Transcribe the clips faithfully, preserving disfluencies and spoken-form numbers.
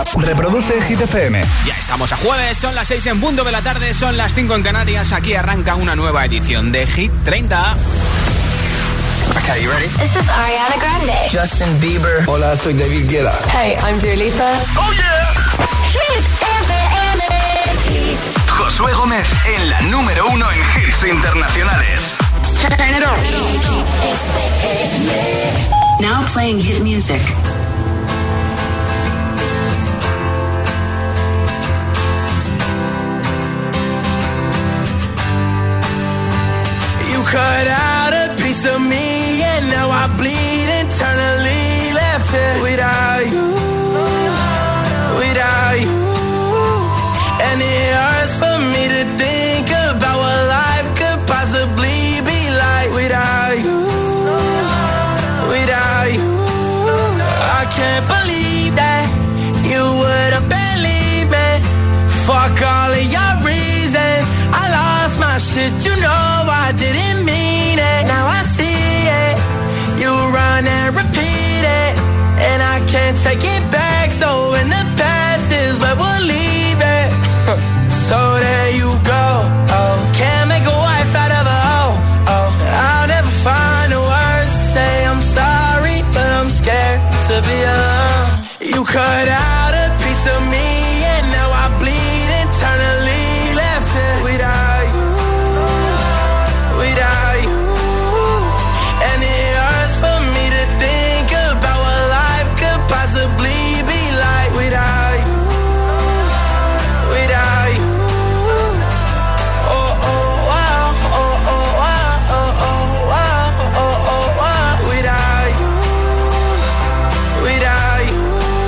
Reproduce Hit F M. Ya estamos a jueves, son las seis en punto de la tarde, son las cinco en Canarias. Aquí arranca una nueva edición de Hit treinta. Okay, you ready? This is Ariana Grande. Justin Bieber. Hola, soy David Guetta. Hey, I'm Dua Lipa. Oh yeah. Hit F M. Josué Gómez en la número uno en hits internacionales. Turn it on. Now playing hit music. You cut out a piece of me and now I bleed internally. Left it without you, without you. And it hurts for me to think about what life could possibly be like without you, without you. I can't believe that you would've believed me. Fuck all of your reasons. I lost my shit, you know I didn't mean it. Now I see it. You run and repeat it, and I can't take it back. So in the past is where we'll leave it. So there you go. Oh, can't make a wife out of a hoe. Oh, I'll never find the words to say I'm sorry, but I'm scared to be alone. You cut out a piece of me, and now I bleed internally. Left it without you, without you. And it hurts for me to think about what life could possibly be like without you, without you. Oh, oh, wow, oh, oh, wow, oh, oh, wow, oh, oh, wow. Without you, without you.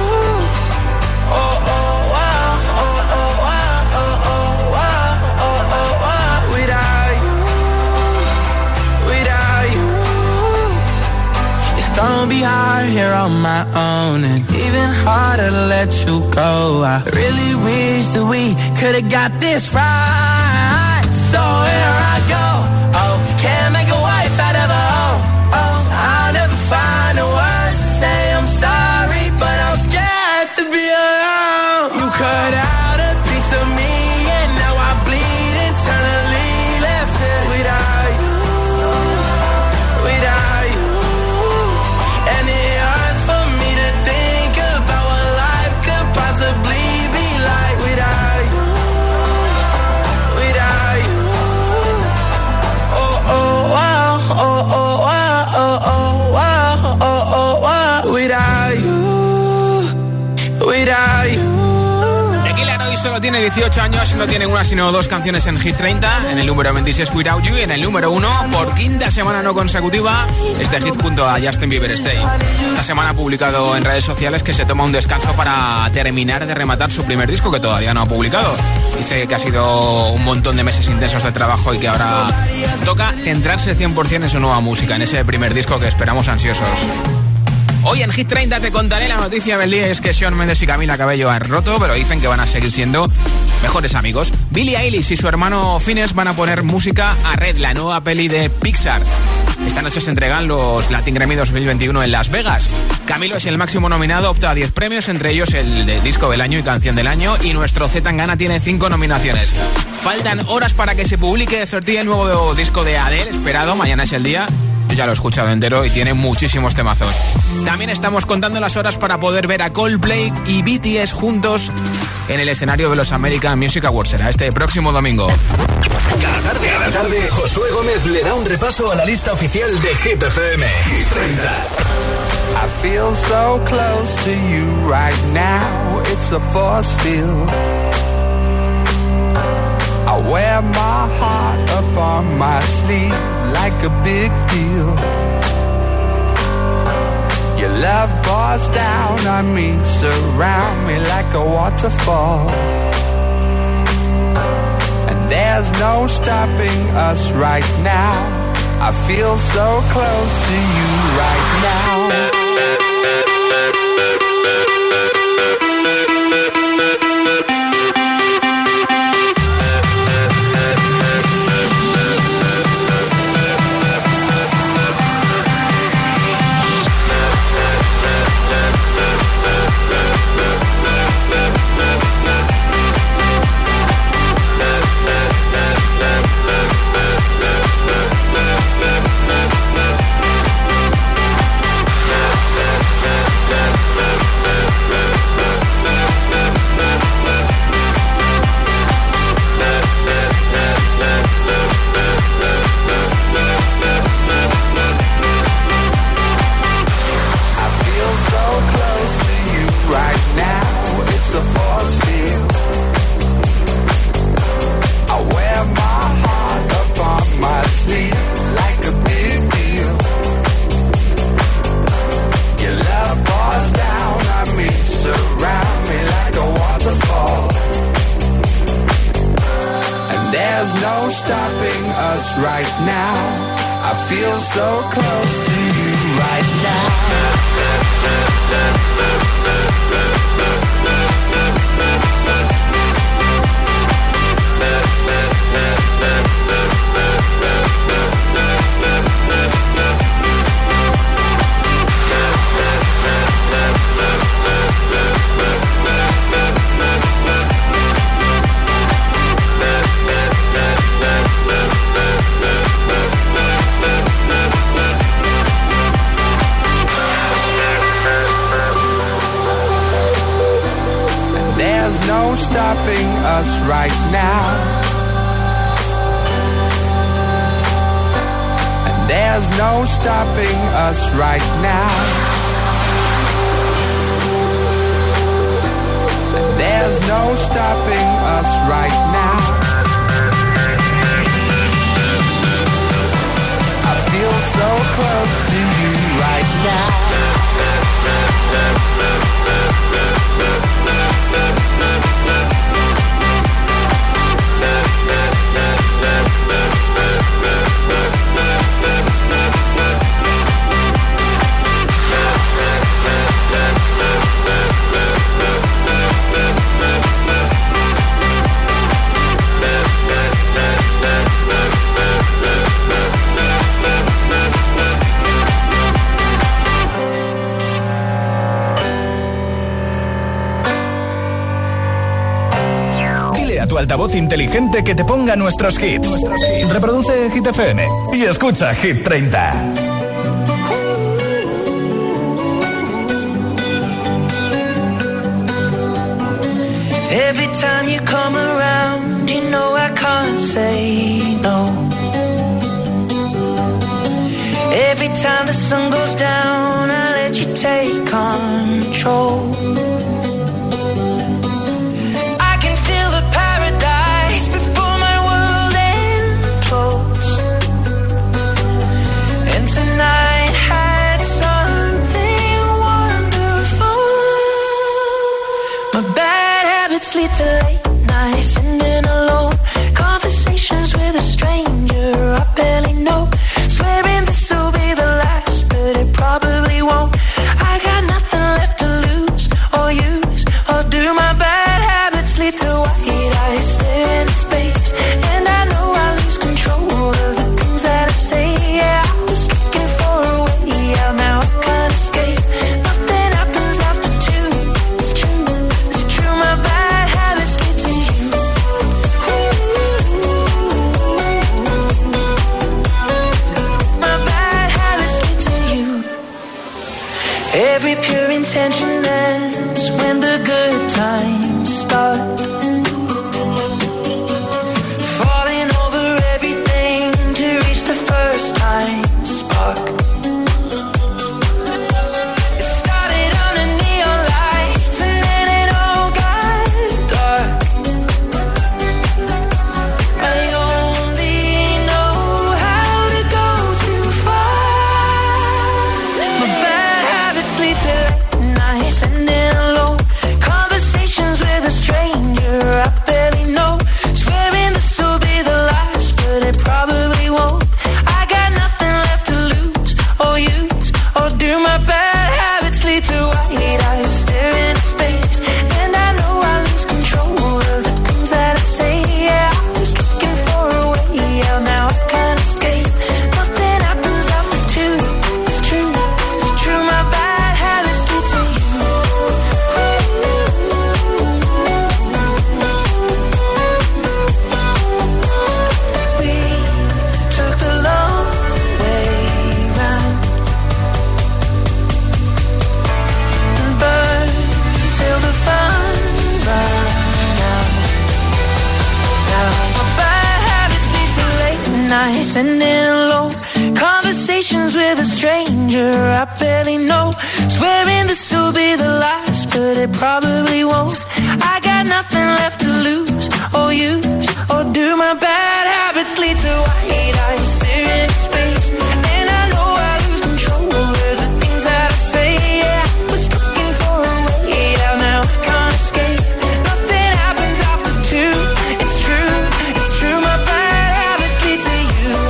Oh, oh, wow, oh, oh, wow, oh, oh, wow, oh, oh, wow. Without you, without you. It's gonna be hard here on my own, and even harder to let you go. I really wish that we could've got this right. So here I go. Oh, can't make a wife out of a hoe. Oh, I'll never find the words to say I'm sorry, but I'm scared to be alone. You cut out a piece of me, and now I bleed internally. Left it without you, without you. And it hurts for me to think about what life could possibly be like without you, without you. Oh, oh, wow, oh, oh, wow, oh, oh, wow, oh, oh, wow. Without you, without you. Tequila Noy solo tiene dieciocho años, no tiene una sino dos canciones en Hit treinta, en el número veintiséis Without You y en el número uno, por quinta semana no consecutiva, este hit junto a Justin Bieber, Stay. Esta semana ha publicado en redes sociales que se toma un descanso para terminar de rematar su primer disco que todavía no ha publicado. Dice que ha sido un montón de meses intensos de trabajo y que ahora toca centrarse cien por ciento en su nueva música, en ese primer disco que esperamos ansiosos. Hoy en Hit treinta te contaré la noticia del día, es que Shawn Mendes y Camila Cabello han roto, pero dicen que van a seguir siendo mejores amigos. Billie Eilish y su hermano Finneas van a poner música a Red, la nueva peli de Pixar. Esta noche se entregan los Latin Grammy dos mil veintiuno en Las Vegas. Camilo es el máximo nominado, opta a diez premios, entre ellos el de Disco del Año y Canción del Año, y nuestro Z Tangana tiene cinco nominaciones. Faltan horas para que se publique treinta, el nuevo disco de Adele, esperado, mañana es el día. Yo ya lo he escuchado entero y tiene muchísimos temazos. También estamos contando las horas para poder ver a Coldplay y B T S juntos en el escenario de los American Music Awards. Será este próximo domingo. Cada tarde, cada tarde, Josué Gómez le da un repaso a la lista oficial de Hit F M. Hit treinta. I feel so close to you right now. It's a force field. I wear my heart up on my sleeve like a big deal. Your love pours down on me, surround me like a waterfall. And there's no stopping us right now. I feel so close to you right now. us right now. I feel so close to you right now. There's no stopping us right now. And there's no stopping us right now. And there's no stopping us right now. I feel so close to you right now. Tu altavoz inteligente que te ponga nuestros hits. Reproduce Hit F M y escucha Hit treinta. Every time you come around, you know I can't say no. Every time the sun goes down, I let you take control. Lead to late nights, sitting alone, conversations with a stranger I barely know, swearing this will be the last, but it probably won't. I got nothing left to lose or use, or do my bad habits lead to white eyes stare into space, and I know I lose control of the things that I say. Yeah, I was looking for a way out, now I can't escape. Nothing happens after two, it's true, it's true, my bad. Every pure intention ends when the good times start. Falling over everything to reach the first time spark. It started under neon lights and then it all got dark. I only know how to go too far. My bad habits lead to late nights, sitting alone, conversations with a stranger I barely know, swearing this will be the last, but it probably won't. I got nothing left to lose or use, or do my bad habits lead to white eyes stare into space, and I know I lose control of the things that I say. Yeah, I was looking for a way out, now I can't escape. Nothing happens after two, it's true, it's true, my bad habits lead to you. We took the long way round and burned till the fun ran out. Now my bad habits lead to late nights, sitting alone, conversations with a stranger I barely know, swearing this will be the last, but it probably won't. I got nothing left to lose or use, or do my bad habits lead to white eyes stare into space, and I know I lose control of the things that I say. Yeah, I was looking for a way out, now I can't escape. Nothing happens after two, it's true, it's true, my bad habits lead to you.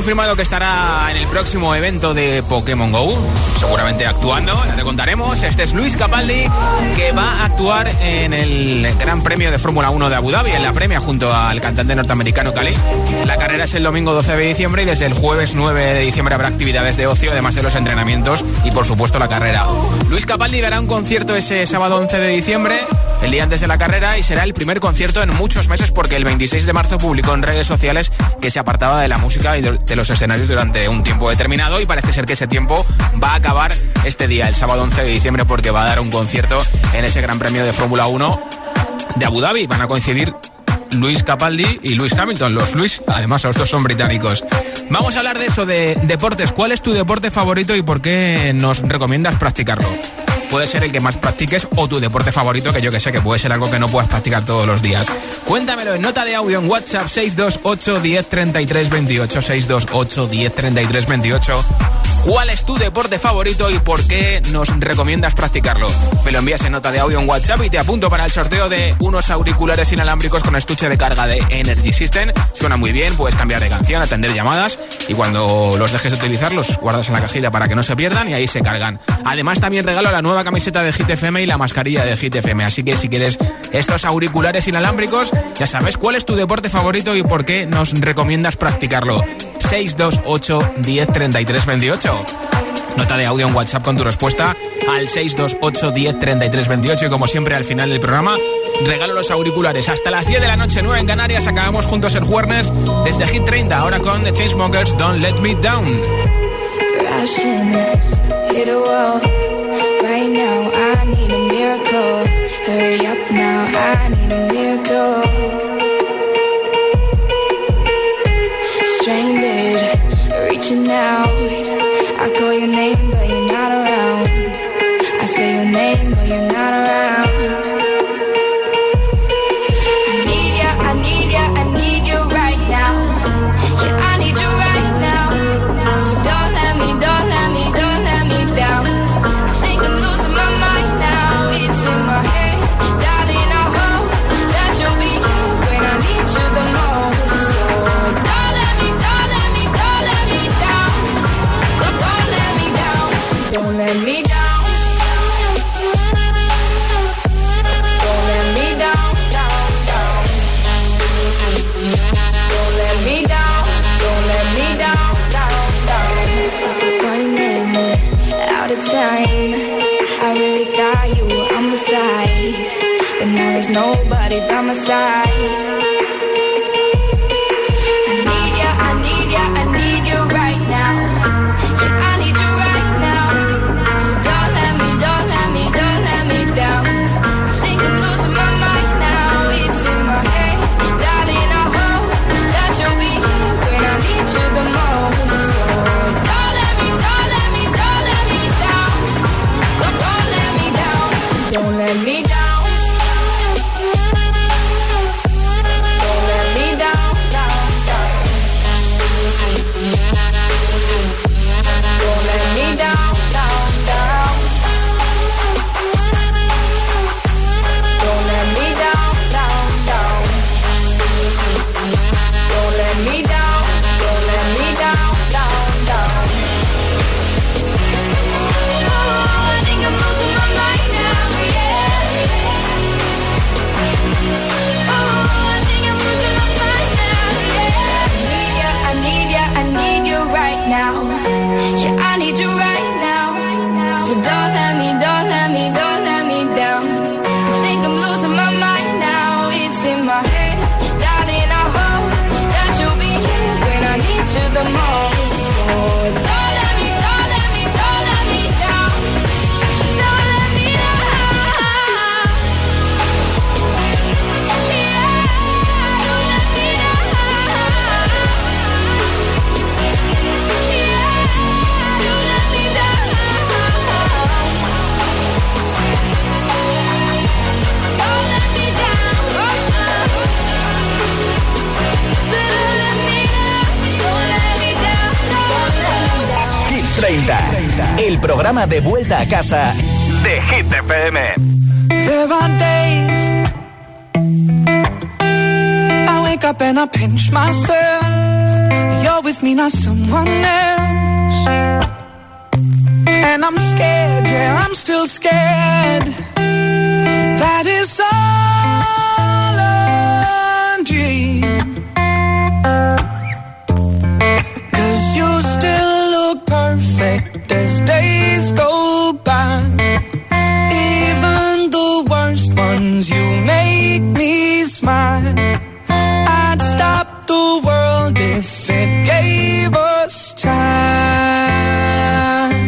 confirmado que estará en el próximo evento de Pokémon Go, seguramente actuando, ya te contaremos. Este es Luis Capaldi, que va a actuar en el Gran Premio de Fórmula uno de Abu Dhabi, en la premia, junto al cantante norteamericano Khalid. La carrera es el domingo doce de diciembre y desde el jueves nueve de diciembre habrá actividades de ocio, además de los entrenamientos y, por supuesto, la carrera. Luis Capaldi dará un concierto ese sábado once de diciembre, el día antes de la carrera, y será el primer concierto en muchos meses porque el veintiséis de marzo publicó en redes sociales que se apartaba de la música y de los escenarios durante un tiempo determinado, y parece ser que ese tiempo va a acabar este día, el sábado once de diciembre, porque va a dar un concierto en ese Gran Premio de Fórmula uno de Abu Dhabi. Van a coincidir Luis Capaldi y Lewis Hamilton, los Luis, además los dos son británicos. Vamos a hablar de eso, de deportes. ¿Cuál es tu deporte favorito y por qué nos recomiendas practicarlo? Puede ser el que más practiques o tu deporte favorito, que yo que sé que puede ser algo que no puedas practicar todos los días. Cuéntamelo en nota de audio en WhatsApp seis dos ocho, uno cero, tres tres dos ocho, seis dos ocho, uno cero, tres tres dos ocho. ¿Cuál es tu deporte favorito y por qué nos recomiendas practicarlo? Me lo envías en nota de audio en WhatsApp y te apunto para el sorteo de unos auriculares inalámbricos con estuche de carga de Energy System. Suena muy bien, puedes cambiar de canción, atender llamadas y cuando los dejes de utilizar los guardas en la cajita para que no se pierdan y ahí se cargan. Además también regalo la nueva camiseta de Hit F M y la mascarilla de Hit F M. Así que si quieres estos auriculares inalámbricos, ya sabes cuál es tu deporte favorito y por qué nos recomiendas practicarlo. seis dos ocho, uno cero, tres tres dos ocho. Nota de audio en WhatsApp con tu respuesta al seis dos ocho, uno cero, tres tres dos ocho. Y como siempre al final del programa regalo los auriculares. Hasta las diez de la noche, nueve en Canarias. Acabamos juntos el jueves desde Hit treinta. Ahora con The Chainsmokers, Don't Let Me Down. Crashing, hit a wall. Right now I need a miracle. Hurry up now, I need a miracle. Stranded, reaching out. I call your name but you're not around. I say your name but you're not around. I need ya, I need ya, I need you right now. Yeah, I need you right now. So don't let me, don't let me, don't let me down. I think I'm losing my mind now. It's in my head, darling, I hope that you'll be here when I need you the most. So don't let me, don't let me, don't let me down. Don't, don't let me down. Don't let me down. Don't let me down, down, down. Don't let me down. Don't let me down, down, down. Running out of time. I really thought you were on my side, but now there's nobody by my side. I need ya, I need ya, I need you right now. Yeah, I need you right now. So don't let me, don't let me, don't let me down. I think I'm losing my mind now. It's in my head, darling, I hope that you'll be here when I need you the most. So don't let me, don't let me, don't let me down. Don't, don't let me down. Don't let me down. Don't let me down, down, down. Don't let me down, down, down. Don't let me down, down, down. Don't let me down, don't let me down, down, down. Oh, I think I'm losing my mind now, yeah. Oh, I think I'm losing my mind now, yeah. I need ya, I need ya, I need you right now. Yeah, I need you right now. So don't let me, don't let me, don't let me down. I think I'm losing my mind now. It's in my head, darling, I hope that you'll be here when I need you the most. So don't let me, don't let me, don't let me down. Don't let me down. Yeah, don't let me down. Yeah, don't let me down. Don't let me down. So don't let me down. Don't let me down. Don't let me down. Hit treinta, el programa de vuelta a casa de Hit F M. There are days I wake wake up and I pinch myself. You're with me, not someone else. And I'm scared, yeah, I'm still scared. That is all a dream. 'Cause you still look perfect as days go by. Even the worst ones, you make me smile. I'd stop the world if it gave us time.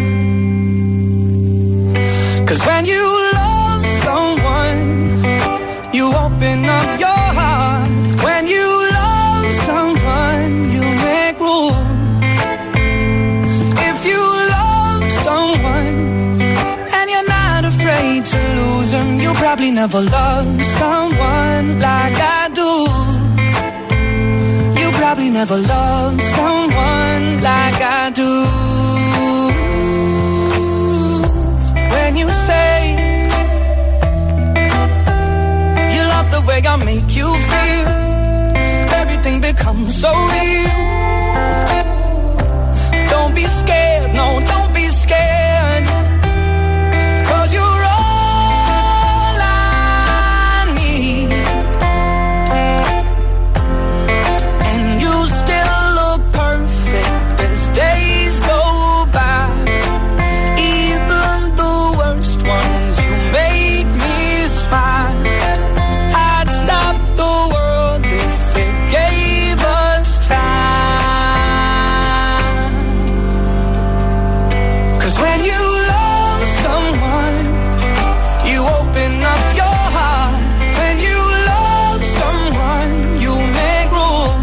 'Cause when you love someone, you open up your heart. When you love someone, you make room. If you love someone and you're not afraid to lose them, you probably never loved someone like I do. You probably never loved someone like I do. When you say you love the way I make you feel, everything becomes so real. Don't be scared, no, don't be scared. 'Cause you're all I need. And you still look perfect as days go by. Even the worst ones, you make me smile. I'd stop the world if it gave us time. 'Cause when you love someone, you open up your heart. When you love someone, you make room.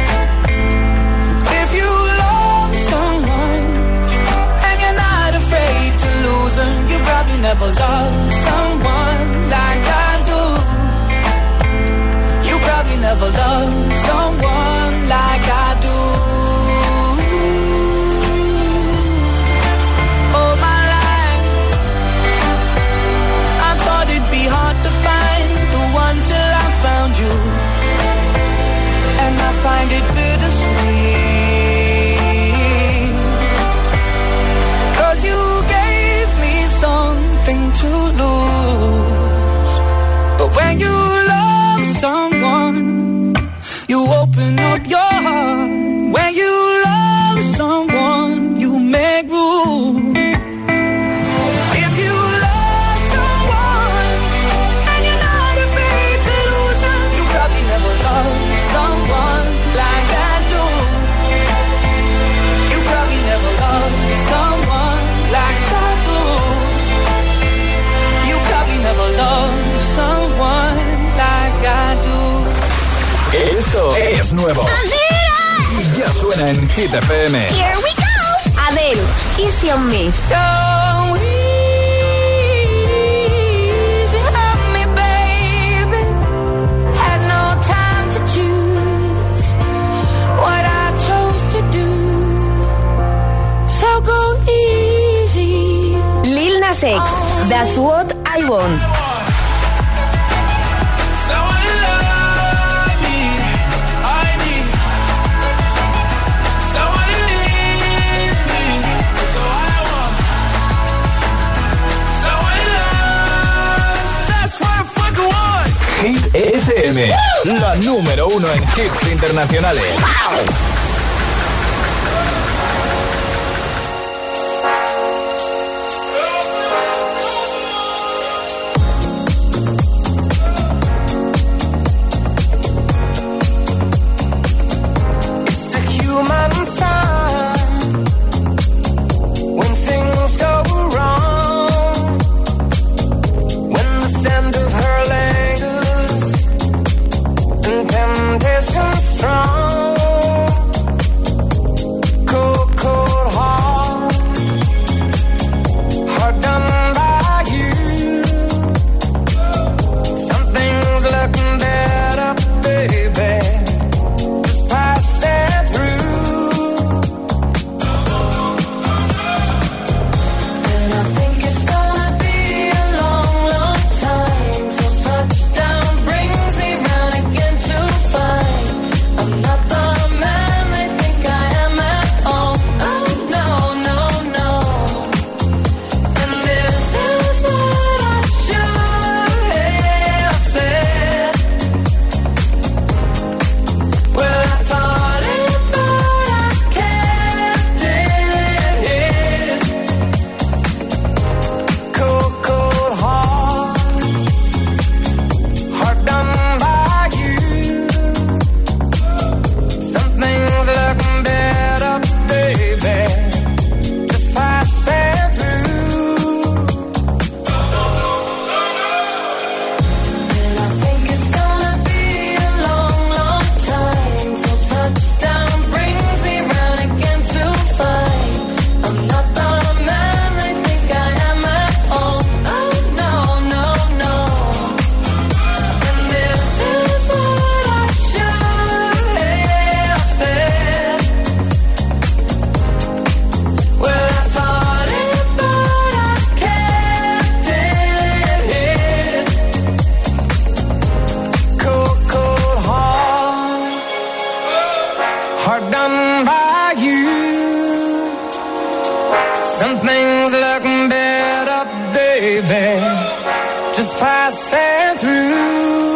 If you love someone and you're not afraid to lose them, you probably never loved someone like I do. You probably never loved someone like I do. All my life, I thought it'd be hard to find the one till I found you. And I find it bittersweet. 'Cause you gave me something to lose. But when you love someone, you open up your heart. When you love someone, you make room. If you love someone and you're not afraid to lose them, you probably never loved someone like I do. You probably never loved someone like I do. You probably never loved someone like I do. Esto es nuevo. Y ya suena en Hit F M. Here we go. Adele, Easy on Me. Go easy on me, baby. Had no time to choose what I chose to do. So go easy. Lil Nas X, That's What I Want. Hit F M, la número uno en hits internacionales. Strong baby, just passing through.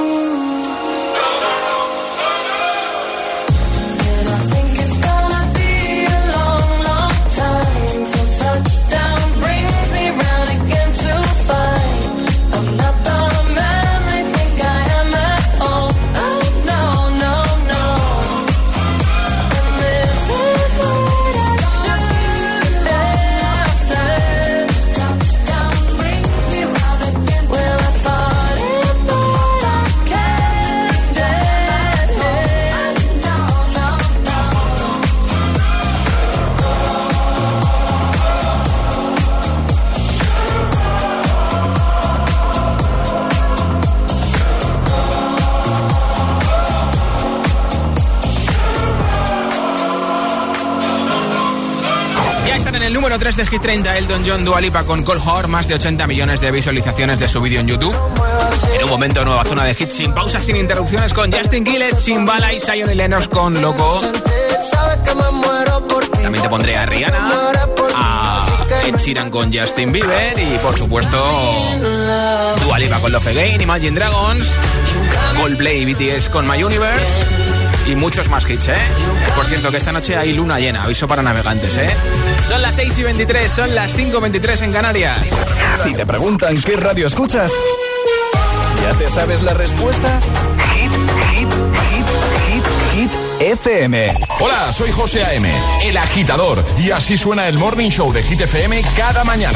Número tres de Hit treinta, Elton John, Dua Lipa con Cold Heart, más de ochenta millones de visualizaciones de su vídeo en YouTube. En un momento, nueva zona de hits sin pausas, sin interrupciones, con Justin Quiles, Simbala y Zion y Lennox con Loco. También te pondré a Rihanna, a Ed Sheeran con Justin Bieber y, por supuesto, Dua Lipa con Love Again, Imagine Dragons, Coldplay y B T S con My Universe. Y muchos más hits, ¿eh? Por cierto, que esta noche hay luna llena, aviso para navegantes, ¿eh? Son las seis y veintitrés, son las cinco y veintitrés en Canarias. Si te preguntan qué radio escuchas, ¿ya te sabes la respuesta? Hit, hit, hit, hit, hit F M. Hola, soy José A M, el agitador, y así suena el Morning Show de Hit F M cada mañana.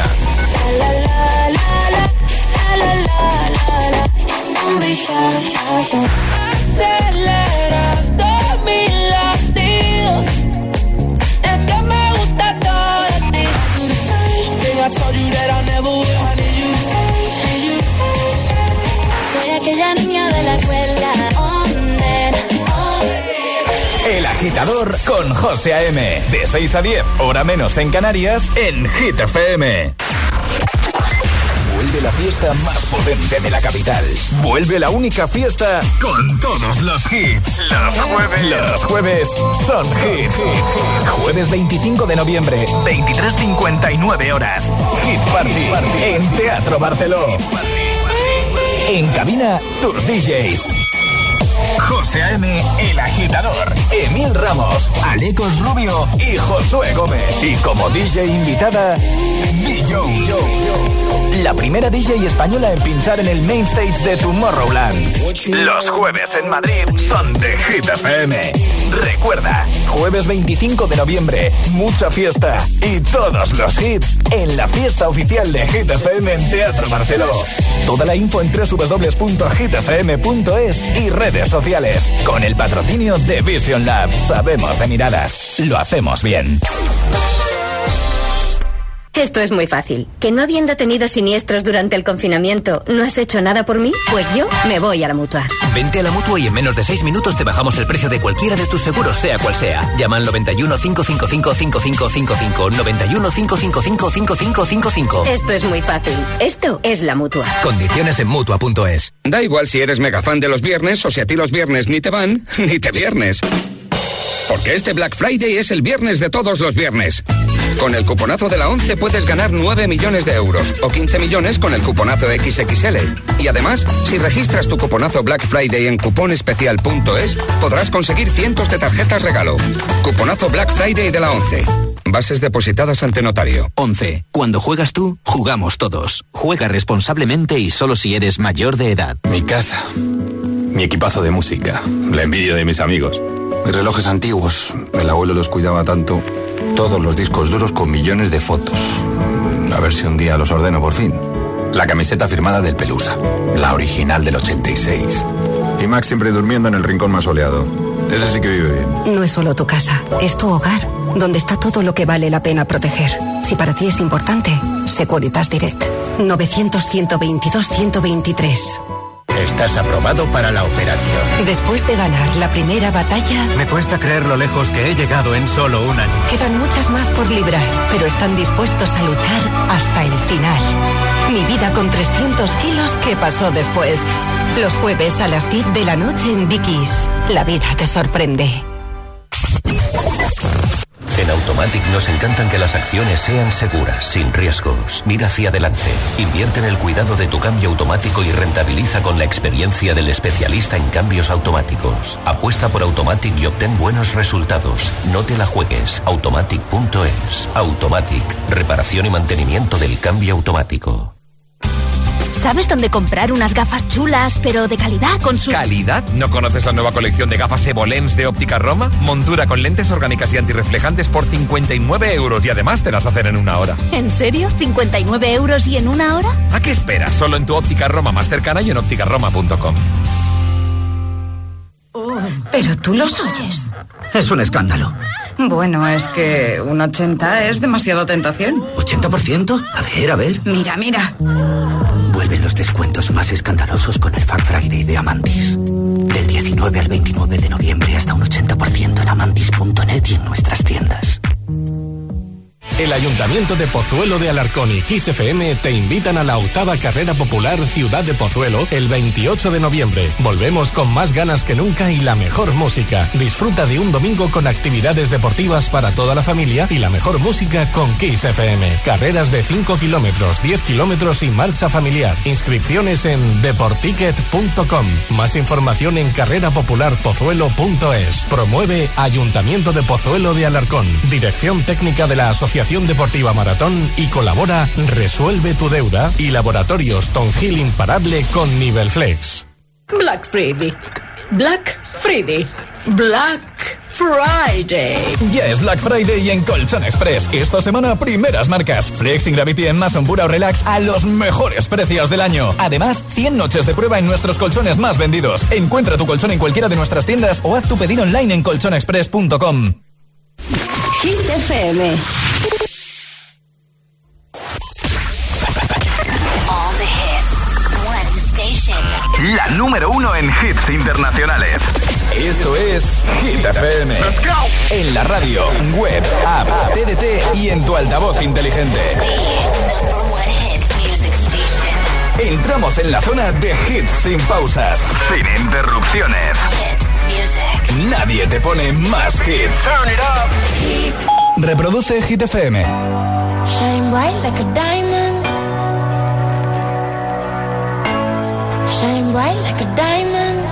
Aceleraste mis latidos, es que me gusta todo de ti. Soy aquella niña de la escuela. El agitador con José A M, de seis a diez, hora menos en Canarias, en Hit F M. Vuelve la fiesta más potente de la capital. Vuelve la única fiesta con todos los hits. Los jueves. Los jueves son hit. Jueves veinticinco de noviembre, veintitrés cincuenta y nueve horas. Hit Party en Teatro Barceló. En cabina, tus D Js. José A M, el agitador, Emil Ramos, Alecos Rubio y Josué Gómez. Y como D J invitada, Billo. La primera D J española en pinchar en el main stage de Tomorrowland. Los jueves en Madrid son de Hit F M. Recuerda, jueves veinticinco de noviembre, mucha fiesta y todos los hits en la fiesta oficial de Hit F M en Teatro Barceló. Toda la info en doble u doble u doble u punto hit f m punto es y redes sociales. Con el patrocinio de Vision Lab. Sabemos de miradas, lo hacemos bien. Esto es muy fácil. ¿Que no habiendo tenido siniestros durante el confinamiento no has hecho nada por mí? Pues yo me voy a la Mutua. Vente a la Mutua y en menos de seis minutos te bajamos el precio de cualquiera de tus seguros, sea cual sea. Llama al noventa y uno, cinco cinco cinco, cinco cinco cinco cinco, noventa y uno, cinco cinco cinco, cinco cinco cinco cinco. Esto es muy fácil. Esto es la Mutua. Condiciones en Mutua punto es. Da igual si eres mega fan de los viernes o si a ti los viernes ni te van, ni te viernes. Porque este Black Friday es el viernes de todos los viernes. Con el cuponazo de la once puedes ganar nueve millones de euros o quince millones con el cuponazo equis equis ele. Y además, si registras tu cuponazo Black Friday en cuponespecial punto es, podrás conseguir cientos de tarjetas regalo. Cuponazo Black Friday de la once. Bases depositadas ante notario. once. Cuando juegas tú, jugamos todos. Juega responsablemente y solo si eres mayor de edad. Mi casa. Mi equipazo de música. La envidia de mis amigos. Mis relojes antiguos. El abuelo los cuidaba tanto. Todos los discos duros con millones de fotos. A ver si un día los ordeno por fin. La camiseta firmada del Pelusa. La original del ochenta y seis. Y Max siempre durmiendo en el rincón más soleado. Ese sí que vive bien. No es solo tu casa, es tu hogar, donde está todo lo que vale la pena proteger. Si para ti es importante, Securitas Direct. novecientos, ciento veintidós, ciento veintitrés. Estás aprobado para la operación. Después de ganar la primera batalla... Me cuesta creer lo lejos que he llegado en solo un año. Quedan muchas más por librar, pero están dispuestos a luchar hasta el final. Mi vida con trescientos kilos, ¿qué pasó después? Los jueves a las diez de la noche en Dickies. La vida te sorprende. En Automatic nos encantan que las acciones sean seguras, sin riesgos. Mira hacia adelante. Invierte en el cuidado de tu cambio automático y rentabiliza con la experiencia del especialista en cambios automáticos. Apuesta por Automatic y obtén buenos resultados. No te la juegues. Automatic punto es. Automatic. Reparación y mantenimiento del cambio automático. ¿Sabes dónde comprar unas gafas chulas, pero de calidad con su... ¿Calidad? ¿No conoces la nueva colección de gafas Evolens de Óptica Roma? Montura con lentes orgánicas y antirreflejantes por cincuenta y nueve euros y además te las hacen en una hora. ¿En serio? ¿cincuenta y nueve euros y en una hora? ¿A qué esperas? Solo en tu Óptica Roma más cercana y en óptica roma punto com. Pero tú los oyes. Es un escándalo. Bueno, es que un ochenta es demasiada tentación. ¿ochenta por ciento? A ver, a ver. Mira, mira. Vuelven los descuentos más escandalosos con el Fact Friday de Amantis. Del diecinueve al veintinueve de noviembre hasta un ochenta por ciento en amantis punto net y en nuestras tiendas. El Ayuntamiento de Pozuelo de Alarcón y Kiss F M te invitan a la octava carrera popular Ciudad de Pozuelo el veintiocho de noviembre. Volvemos con más ganas que nunca y la mejor música. Disfruta de un domingo con actividades deportivas para toda la familia y la mejor música con Kiss F M. Carreras de cinco kilómetros, diez kilómetros y marcha familiar. Inscripciones en deporticket punto com. Más información en carrera popular pozuelo punto es. Promueve Ayuntamiento de Pozuelo de Alarcón. Dirección técnica de la Asociación Deportiva Maratón y colabora Resuelve tu Deuda y Laboratorios Tongil Imparable con Nivel Flex. Black Friday. Black Friday. Black Friday. Ya es Black Friday en Colchón Express. Esta semana, primeras marcas. Flex y Gravity en Mason Pura o Relax a los mejores precios del año. Además, cien noches de prueba en nuestros colchones más vendidos. Encuentra tu colchón en cualquiera de nuestras tiendas o haz tu pedido online en colchón express punto com. Hit F M. La número uno en hits internacionales. Esto es Hit F M. Let's go. En la radio, web, app, T D T y en tu altavoz inteligente. Entramos en la zona de hits sin pausas, sin interrupciones. Nadie te pone más hits. Turn it up. Reproduce Hit F M. Shine bright like a diamond. Shine bright like a diamond.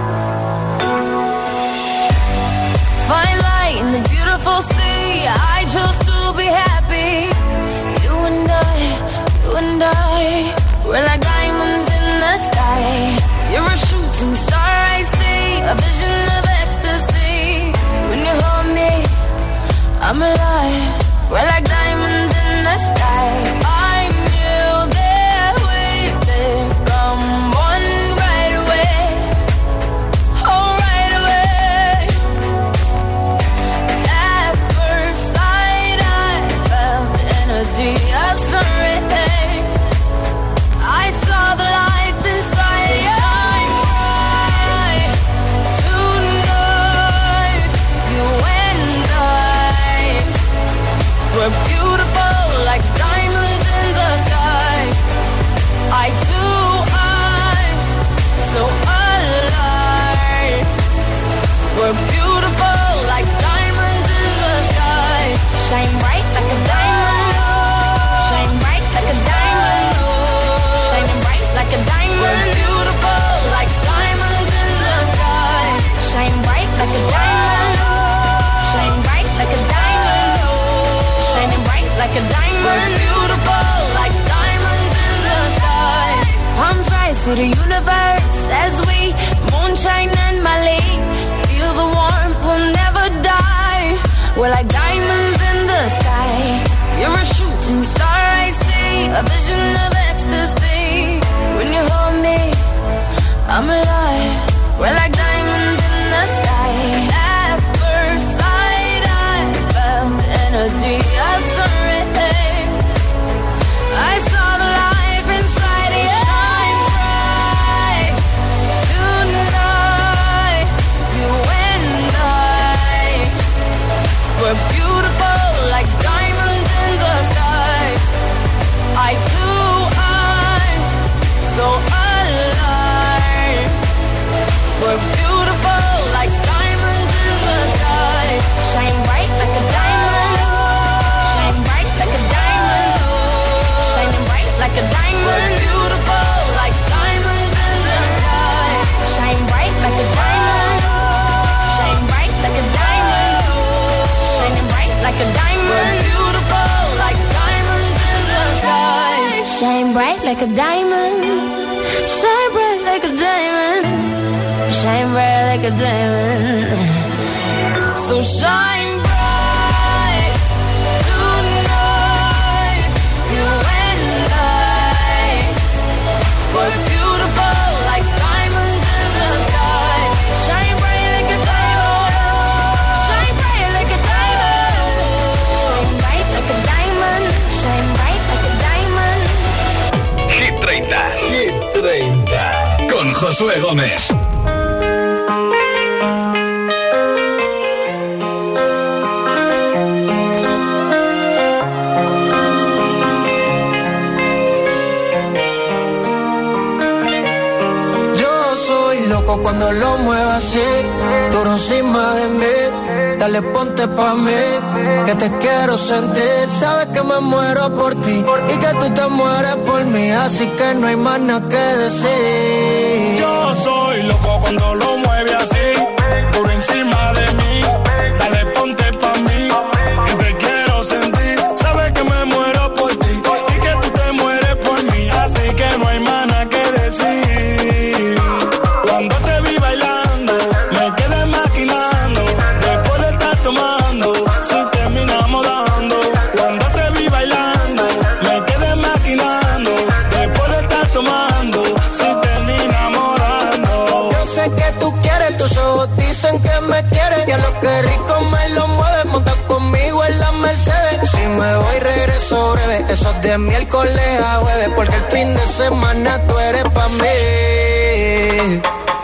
Fine light in the beautiful sea. I chose to be happy. You and I, you and I, we're like diamonds in the sky. You're a shooting star, I see, a vision of ecstasy. When you hold me, I'm alive. We're like diamonds in the sky. I knew that we'd become one right away. Oh, right away. At first sight, I felt the energy of sun rays. I saw the life inside you. Shine bright tonight. You and I, we're beautiful like diamonds in the sky. I too, I'm so alive. We're beautiful like diamonds in the sky. Shine bright like a diamond. Shine bright like a diamond. Shining bright like a diamond. We're beautiful like diamonds in the sky. Shine bright like a diamond. Shine bright like a diamond. Shining bright like a diamond. We're beautiful like diamonds in the sky. Palms rise to the universe as we moonshine and Mali. Feel the warmth, we'll never die. We're like diamonds in the sky. You're a shooting star, I see, a vision of ecstasy. When you hold me, I'm alive. We're like diamonds in the sky. At first sight, I felt the energy of sun rays. I saw the life inside you. Shine bright tonight. You and I, we're beautiful. like a diamond. Shine bright like a diamond. Shine bright like a diamond. So shine bright tonight. You and I were beautiful like diamonds in the sky. Shine bright like a diamond. Shine bright like a diamond. Shine bright like a diamond. Shine bright like a diamond. Hit treinta. Hit treinta. Con Josué Gómez. Cuando lo muevas así, duro encima de mí, dale ponte pa' mí, que te quiero sentir. Sabes que me muero por ti y que tú te mueres por mí, así que no hay más nada que decir. Yo soy loco cuando lo mueves así, duro encima de mí, dale ponte pa' mí, que te quiero sentir. Sabes que me muero por ti y que tú te mueres por mí, así que no hay más nada que decir. Cuando te vi bailando, me quedé maquinando, después de estar tomando, si terminamos dando. Cuando te vi bailando, me quedé maquinando, después de estar tomando, si terminamos dando. Yo sé que tú quieres, tus ojos dicen que me quieres, y a lo que rico me lo mueves, monta conmigo en la Mercedes. Si me voy regreso breve, eso es de miércoles a jueves, porque el fin de semana tú eres pa' mí.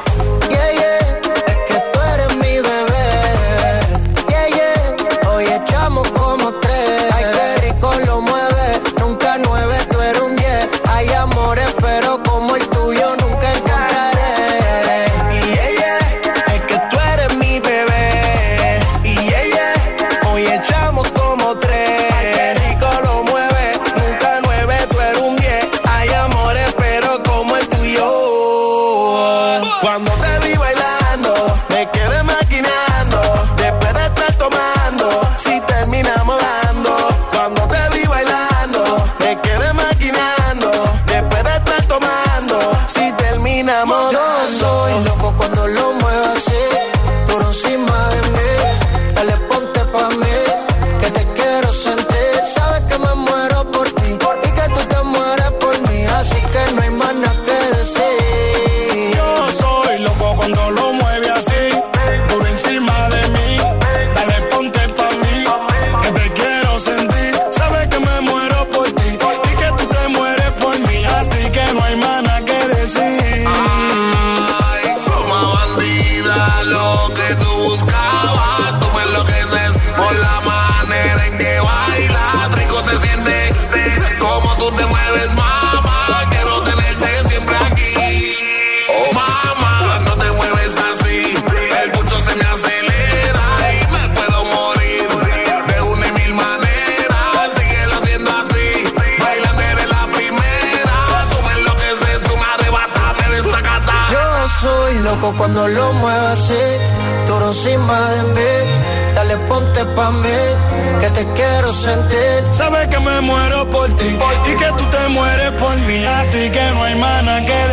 Cuando lo muevas así, duro encima de mí, dale ponte pa' mí, que te quiero sentir. Sabes que me muero por ti, por ti y que tú te mueres por mí, así que no hay más nada que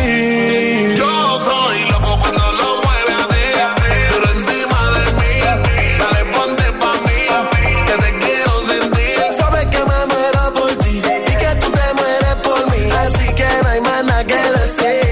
decir. Yo soy loco cuando lo mueves así, duro encima de mí, dale ponte pa' mí, que te quiero sentir. Sabes que me muero por ti y que tú te mueres por mí, así que no hay más nada que decir.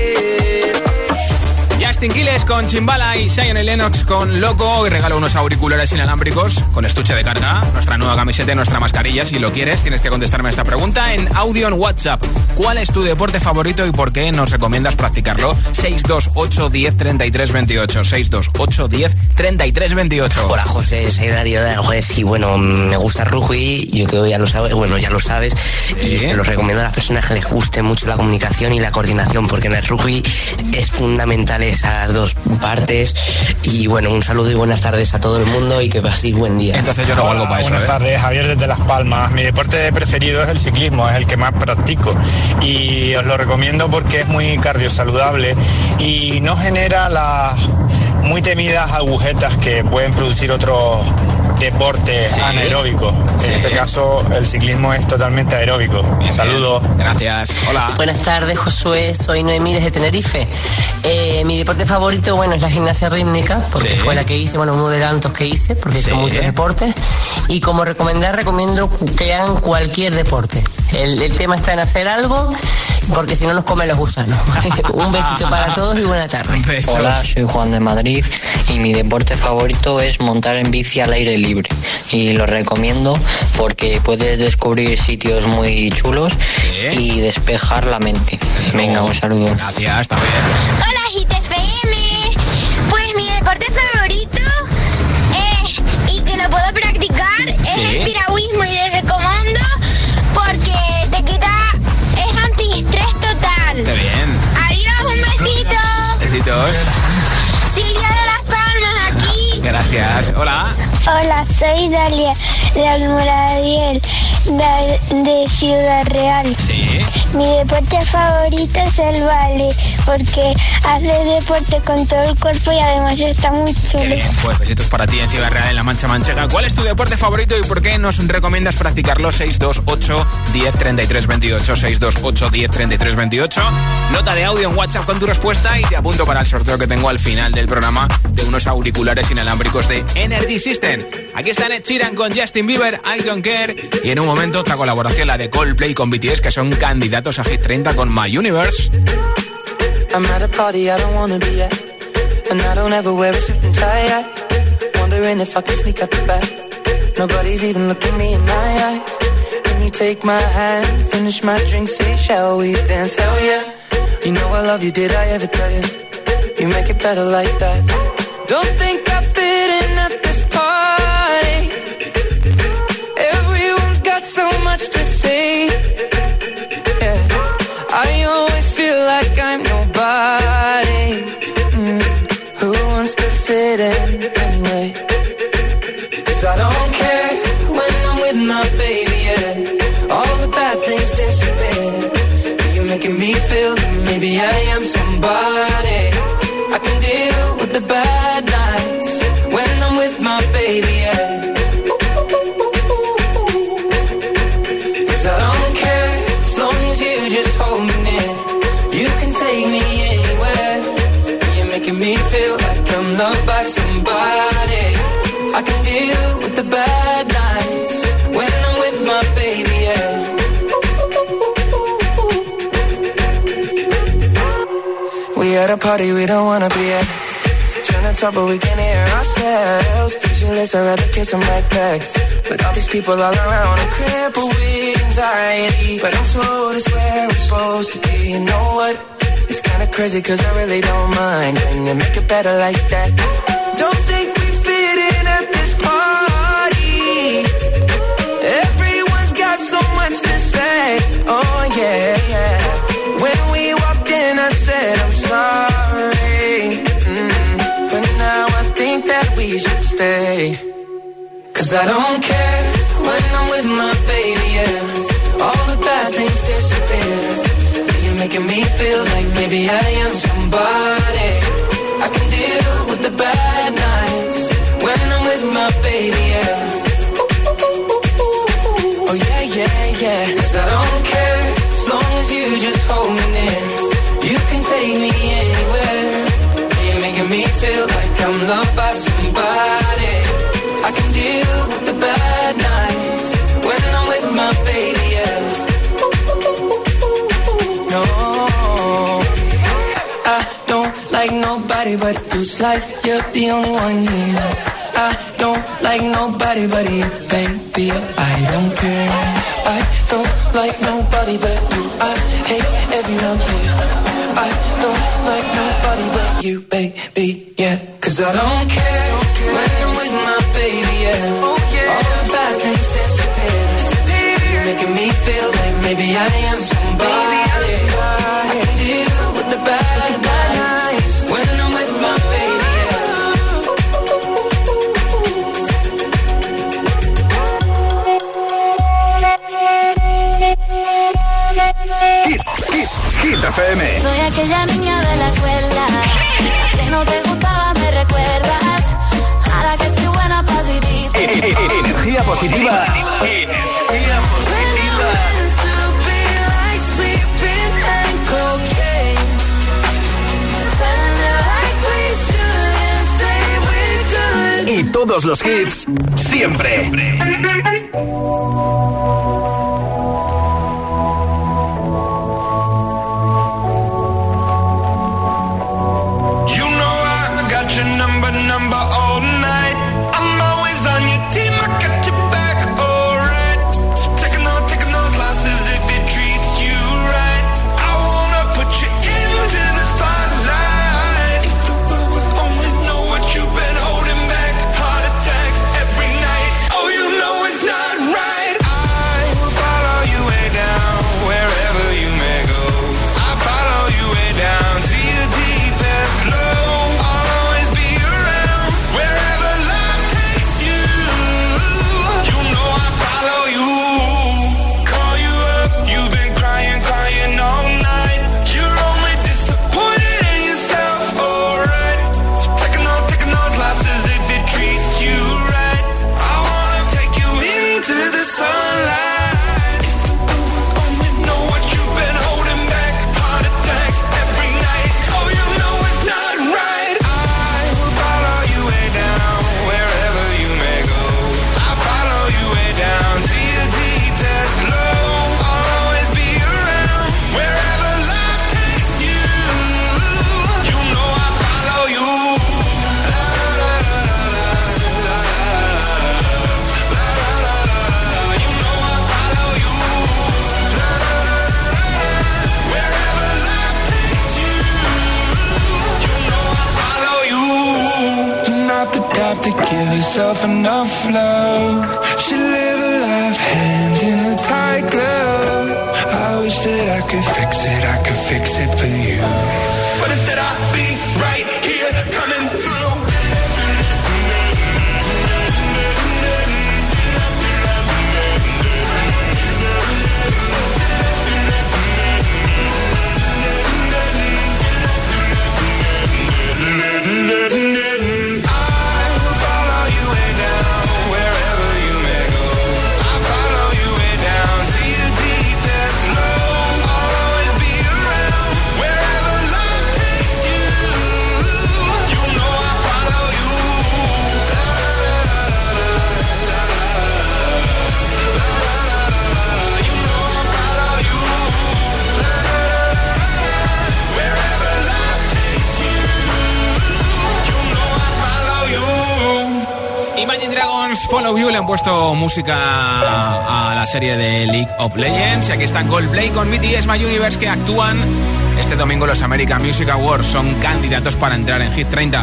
Justin Quiles con Chimbala y Zion y Lennox con Loco. Y regalo unos auriculares inalámbricos con estuche de carga, nuestra nueva camiseta y nuestra mascarilla. Si lo quieres, tienes que contestarme a esta pregunta en audio en WhatsApp. ¿Cuál es tu deporte favorito y por qué nos recomiendas practicarlo? seis dos ocho, diez, treinta y tres, veintiocho. seis dos ocho, diez, treinta y tres, veintiocho. Hola José, soy Darío de Aranjuez y bueno, me gusta rugby, yo creo que ya lo sabes, bueno, ya lo sabes, y se lo recomiendo a las personas que les guste mucho la comunicación y la coordinación, porque en el rugby es fundamental esas dos partes. Y bueno, un saludo y buenas tardes a todo el mundo y que paséis buen día. Entonces yo no valgo para eso. Buenas ¿eh? tardes, Javier desde Las Palmas. Mi deporte preferido es el ciclismo, es el que más practico y os lo recomiendo porque es muy cardiosaludable y no genera las muy temidas agujetas que pueden producir otros deporte sí. anaeróbico. Sí. En este caso, el ciclismo es totalmente aeróbico. Bien, saludos. Bien. Gracias. Hola. Buenas tardes, Josué. Soy Noemí desde Tenerife. Eh, mi deporte favorito, bueno, es la gimnasia rítmica, porque sí. fue la que hice, bueno, uno de tantos que hice, porque sí. son muchos deportes. Y como recomendar, recomiendo que hagan cualquier deporte. El, el tema está en hacer algo, porque si no nos comen los gusanos. Un besito para todos y buena tarde. Besos. Hola, soy Juan de Madrid y mi deporte favorito es montar en bici al aire libre. Y lo recomiendo porque puedes descubrir sitios muy chulos ¿sí? y despejar la mente. Venga, un saludo. Gracias, está bien. Hola, Hit F M. Pues mi deporte favorito es, y que lo puedo practicar, es ¿sí? el piragüismo y le recomiendo porque te quita, es antiestrés total. Está bien. Adiós, un besito. Besitos. Silvia de Las Palmas aquí. Gracias. Hola. Hola, soy Dalia de Almoradiel, de, de Ciudad Real. Sí. Mi deporte favorito es el vale, porque hace deporte con todo el cuerpo y además está muy chulo. Qué bien, pues besitos para ti en Ciudad Real, en La Mancha Manchega. ¿Cuál es tu deporte favorito y por qué nos recomiendas practicarlo? seis dos ocho, diez, treinta y tres, veintiocho, seis dos ocho, diez, treinta y tres, veintiocho. Nota de audio en WhatsApp con tu respuesta y te apunto para el sorteo que tengo al final del programa de unos auriculares inalámbricos de Energy System. Aquí está Ed Sheeran con Justin Bieber, I Don't Care. Y en un momento otra colaboración, la de Coldplay con B T S, que son candidatos a Hit treinta con My Universe. I'm at a party I don't wanna be at, and I don't ever wear a suit and tie at. Wondering if I can sneak out the back. Nobody's even looking me in my eyes. Can you take my hand, finish my drink, say shall we dance? Hell yeah. You know I love you, did I ever tell you? You make it better like that. Don't think I fit in at this party. Everyone's got so much to say. Yeah, I always feel like I'm nobody. Mm. Who wants to fit in anyway? 'Cause I don't care when I'm with my baby, yeah. All the bad things disappear. You're making me feel that maybe I am somebody. I can deal with the bad nights when I'm with my baby, yeah. 'Cause I don't care as long as you just hold me near. You can take me anywhere. You're making me feel like I'm loved by somebody. I can deal with the bad nights when I'm with my baby, yeah. We at a party we don't wanna be at. Trying to talk but we can't hear ourselves. Pictureless, I'd rather kiss them right back. But all these people all around, I'm crippled with anxiety. But I'm told it's where I'm supposed to be. You know what? It's kinda crazy 'cause I really don't mind. Can you make it better like that? Don't think we fit in at this party. Everyone's got so much to say. Oh yeah, yeah. When we walked in I said I'm sorry, mm. But now I think that we should stay. 'Cause I don't care when I'm with my baby, yeah. All the bad things disappear. You're making me feel like maybe I am somebody. I can deal with the bad nights when I'm with my baby, yeah. Oh yeah, yeah, yeah. 'Cause I don't care as long as you just hold me near. You can take me anywhere. You're making me feel like I'm loved by somebody. I can deal with the bad nights when I'm with my baby, yeah. No, I don't like nobody but you. It's like you're the only one here. I don't like nobody but you, baby. I don't care. I don't like nobody but you. I hate everyone here. I don't like nobody but you, baby, yeah. 'Cause I don't care when I'm with my baby, yeah. Oh, yeah. All the bad things disappear. disappear. You're making me feel like maybe I am somebody. Maybe I'm somebody. I can deal with the bad nights when I'm with my baby, yeah. Hit, Hit, Hit F M. Soy aquella niña de la escuela que no te gustaba, me recuerdas. Ahora que estoy buena pa' si dices. positiva, energía positiva. Y todos los hits, siempre. To give herself enough love, she live a life hand in a tight glove. I wish that I could fix it, I could fix it for you, but instead I'll be right here coming through. Imagine Dragons, Follow You, le han puesto música a la serie de League of Legends. Y aquí están Coldplay con B T S My Universe, que actúan este domingo en los American Music Awards. Son candidatos para entrar en Hit treinta.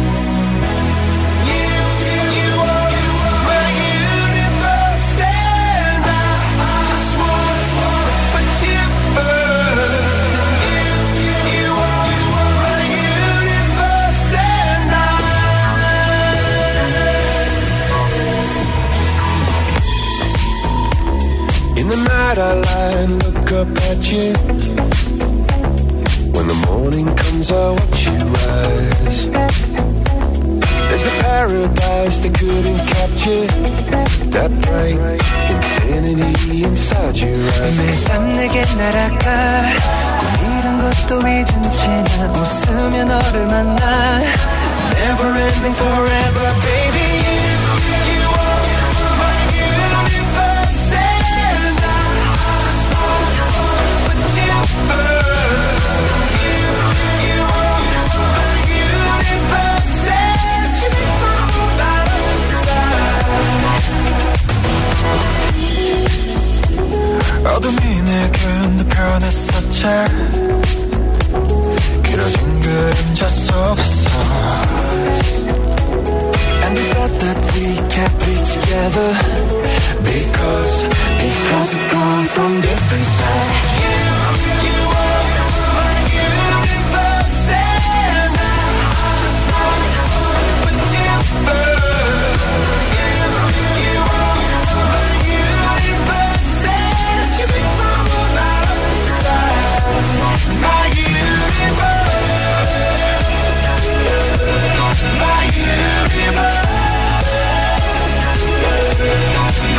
I lie and look up at you. When the morning comes, I watch you rise. There's a paradise they couldn't capture. That bright infinity inside your eyes. 매일 밤 내게 날아가. 꿈이란 것도 잊은 채 나 웃으며 너를 만나. Never ending forever, baby. 어둠이 내겐 더 변했었지. 길어진 그림자 속에서 And the thought that we can't be together Because, because we've come from different sides. You, you are my universe and I just wanna put you first. You, you are my universe and you make my world out of sight. My universe, my universe.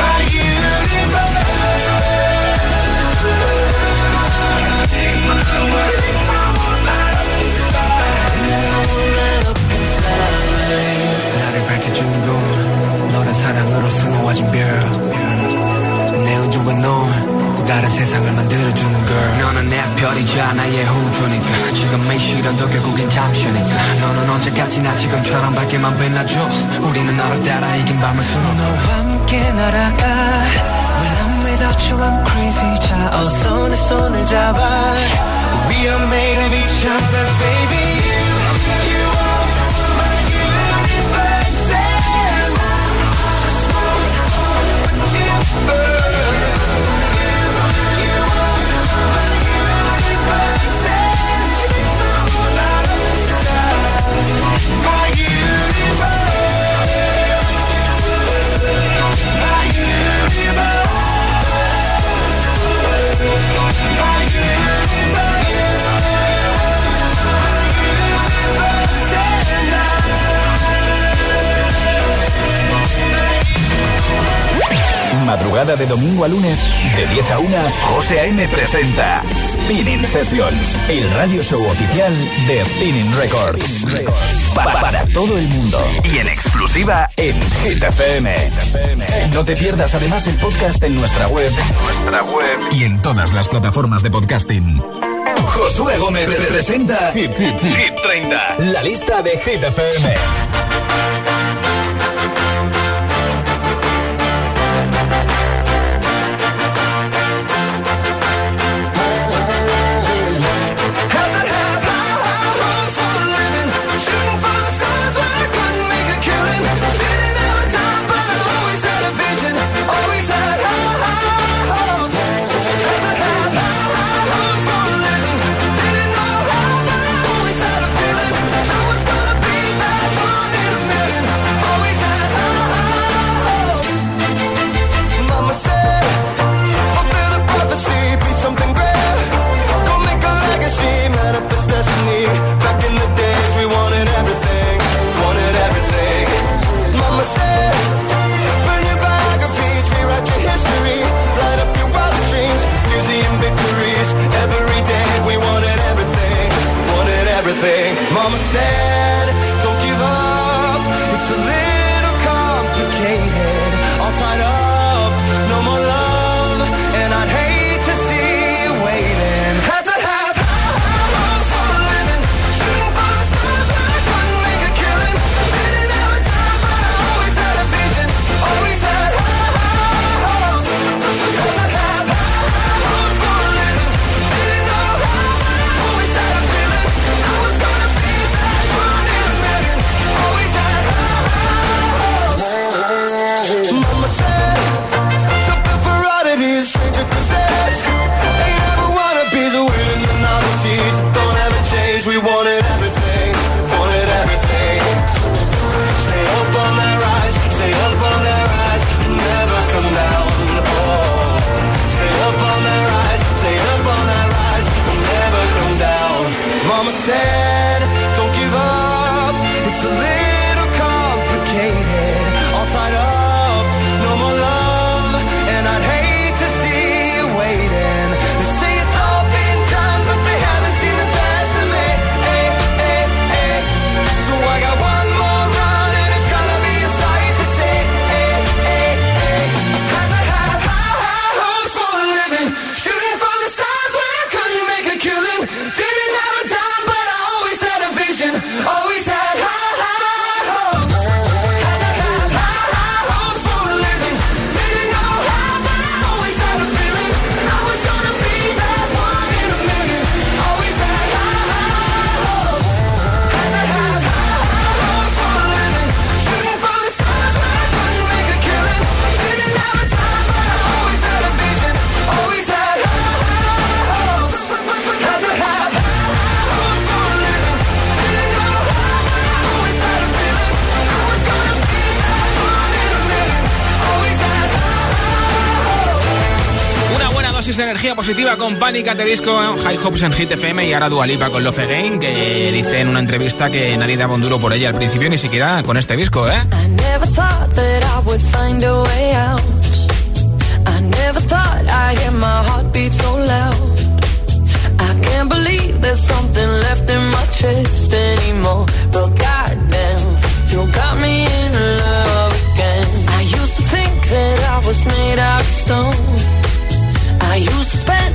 날 만들어주는 girl 너는 내 별이자 나의 호주니까 지금 이 시련도 결국엔 잠시니까 너는 언제까지나 지금처럼 밝게만 빛나줘 우리는 너를 따라 이긴 밤을 수놓 너와 함께 날아가 When I'm without you I'm crazy 자 어서 내 손을 잡아 We are made of each other baby You, you are my universe And I just wanna put you first You, you are my universe And you know not outside My universe My universe My universe Madrugada de domingo a lunes, de diez a una, José A M presenta Spinning Sessions, el radio show oficial de Spinning Records. Pa para todo el mundo y en exclusiva en Hit F M. No te pierdas además el podcast en nuestra web, nuestra web y en todas las plataformas de podcasting. Josué Gómez presenta Hit, Hit, Hit treinta, la lista de Hit F M. Mama said, don't give up, it's a little complicated, all tied up, no more love, and I'd hate to see you waiting. Had to have high hopes for a living, shooting for the stars when I couldn't make a killing, didn't have a time but I always had a vision, always had high, high hopes. Had to have high hopes for a living, didn't know how but I always had a feeling, I was gonna be that one in a million, always had high hopes. Mama said, something for oddities, stranger possessed, ain't ever wanna be the winning the novelties, don't ever change, we wanted everything, wanted everything. Stay up on that rise, stay up on that rise, never come down, oh. Stay up on that rise, stay up on that rise, never come down. Mama said, don't give up, it's a little complicated, all tied up, no more love, and I'd hate to see you waiting. They say it's all been done, but they haven't seen the best of me. Hey, hey, hey. So I got one more run, and it's gonna be a sight to see. Hey, hey, hey. Had to have high, high hopes for a living, shooting for the stars when I couldn't make a killing. Didn't have a dime, but I always had a vision, always had high, high hopes. Had to have high, high hopes for a living, didn't know how, but I always had a feeling, I was gonna be that one in a million, always had high, high hopes. Had to have high, high hopes for a living, shooting for the stars when I couldn't make a killing. Didn't have a time, but I always had a vision, always had high, high hopes. Had to have high, high hopes for a living, didn't know how, but I always had a feeling, I was gonna be that one in a million, always had high. Una buena dosis de energía positiva con Panic! At the Disco, High Hopes en Hit F M y ahora Dua Lipa con Love Again, que dice en una entrevista que nadie daba un duro por ella al principio, ni siquiera con este disco, ¿eh? I never thought that I would find a way out. I never thought I'd hear my heartbeat so loud. I can't believe there's something left in my chest anymore. But goddamn, you got me in love again. I used to think that I was made out of stone. I used to spend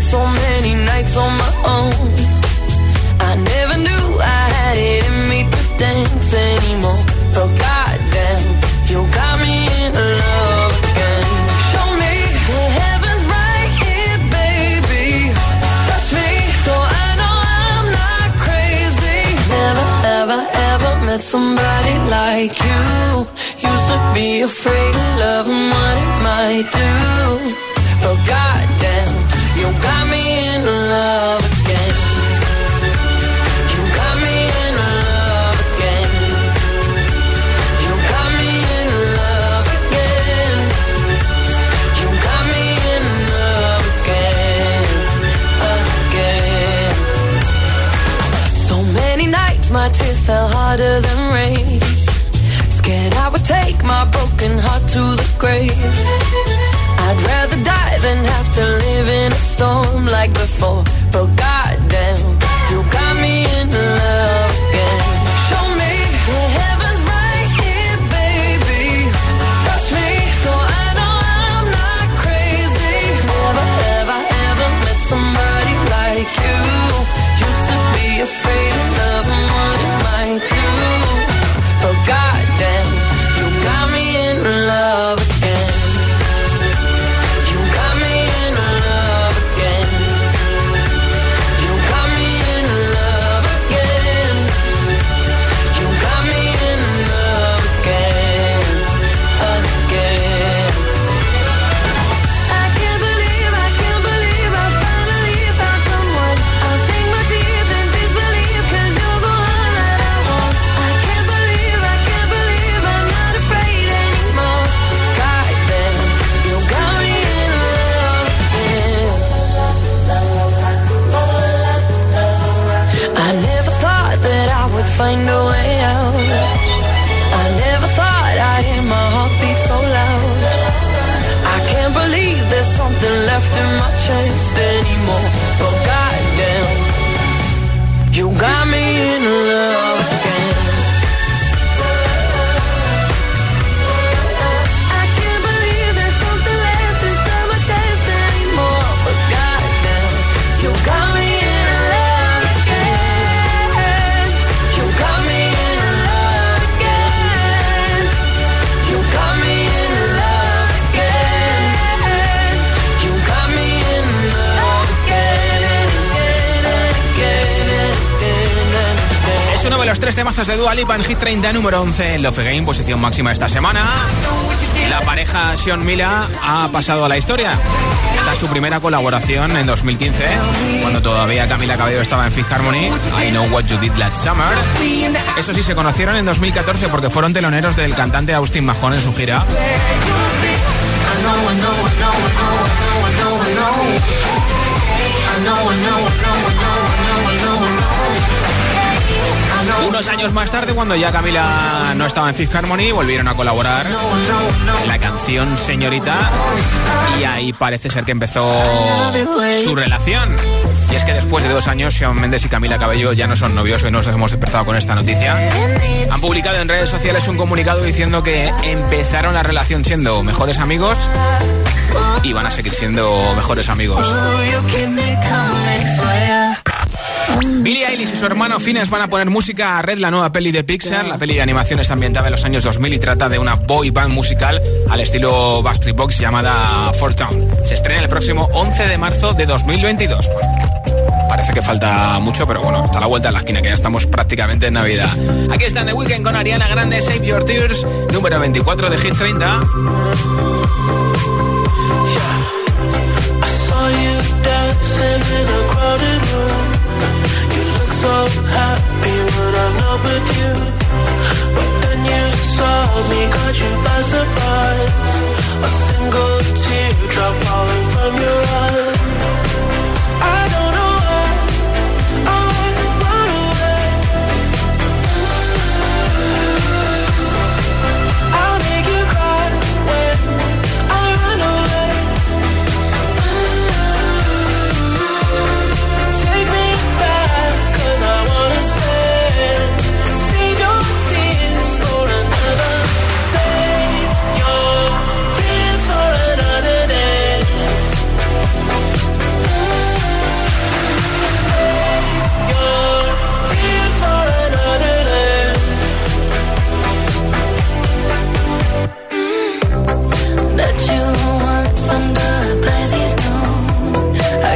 so many nights on my own. I never knew I had it in me to dance anymore. But goddamn, you got me in love again. Show me the heavens right here, baby. Touch me so I know I'm not crazy. Never, ever, ever met somebody like you. Used to be afraid of love and what it might do. But goddamn, you got me in love again. You got me in love again. You got me in love again. You got me in love again, again. So many nights my tears fell harder than rain. Scared I would take my broken heart to the grave. I'd rather die than have to live in a storm like before. But goddamn, you got me in love again. Show me the heavens right here, baby. Touch me so I know I'm not crazy. Never, ever, ever met somebody like you. Used to be afraid of love and what it might do. But goddamn, you got me in love again. You got me in love again. You got me in love again. You got me in love again, again. I can't believe, I can't believe I finally found someone. I'll sink my teeth in disbelief 'cause you're the one that I want. I can't believe, I can't believe I'm not afraid anymore. Goddamn, you got me in love again. I never thought that I would find a way out. I never thought I'd hear my heartbeat so loud. I can't believe there's something left in my chest anymore. But goddamn, you got me in love again. I can't believe there's something left inside my chest anymore. But goddamn, you got me in love again. You got me in love again. You got me in love again. You got me in love again and again and again and again and again. Es uno de los tres temazos de Dua Lipa en Hit treinta, número once en Love Again, posición máxima esta semana. La pareja Sean Mila ha pasado a la historia. Esta es su primera colaboración en dos mil quince, cuando todavía Camila Cabello estaba en Fifth Harmony, I Know What You Did Last Summer. Eso sí, se conocieron en dos mil catorce porque fueron teloneros del cantante Austin Mahone en su gira. Unos años más tarde, cuando ya Camila no estaba en Fifth Harmony, volvieron a colaborar en la canción Señorita, y ahí parece ser que empezó su relación. Y es que después de dos años, Shawn Mendes y Camila Cabello ya no son novios. Hoy nos hemos despertado con esta noticia. Han publicado en redes sociales un comunicado diciendo que empezaron la relación siendo mejores amigos y van a seguir siendo mejores amigos. Billie Eilish y su hermano Phineas van a poner música a Red, la nueva peli de Pixar. La peli de animación está ambientada en los años dos mil y trata de una boy band musical al estilo Backstreet Boys llamada Four Town. Se estrena el próximo once de marzo de dos mil veintidós. Parece que falta mucho, pero bueno, está a la vuelta de la esquina, que ya estamos prácticamente en Navidad. Aquí está The Weeknd con Ariana Grande, Save Your Tears, número veinticuatro de Hit treinta. So happy when I'm not with you, but then you saw me, caught you by surprise. A single teardrop falling from your eye. I don't know why I run away. I'll make you cry when I run away.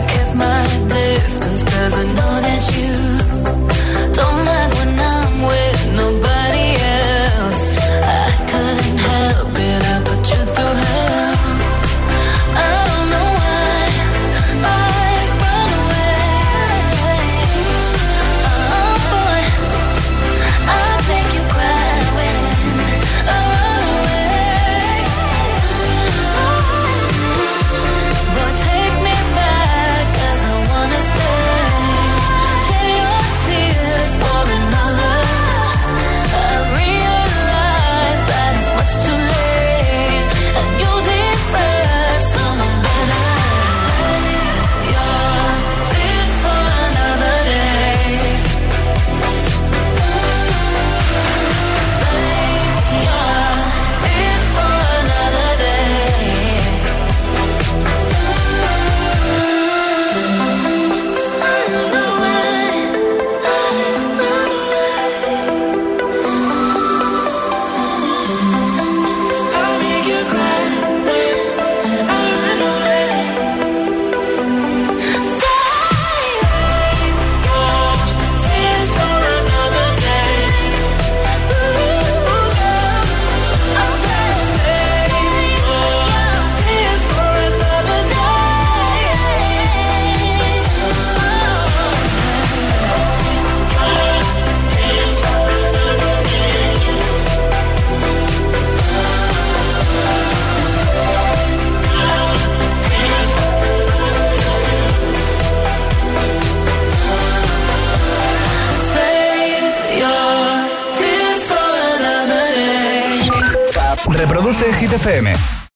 I kept my distance, cause I know that you don't like when I'm with nobody else. I couldn't help it, I put you through hell. I don't know why I run away. Oh boy, I'll make you cry when I run away. But take me back, cause I wanna stay. Save your tears for another. I realize that it's much too late, and you deserve someone better. Save your tears for another day. Save your tears for another day. I don't know why I run away. I'll make you cry when I run away. Save your tears for another day. Ooh, girl, I said save your tears for another day. Save your tears for another day. Reproduce Hit F M.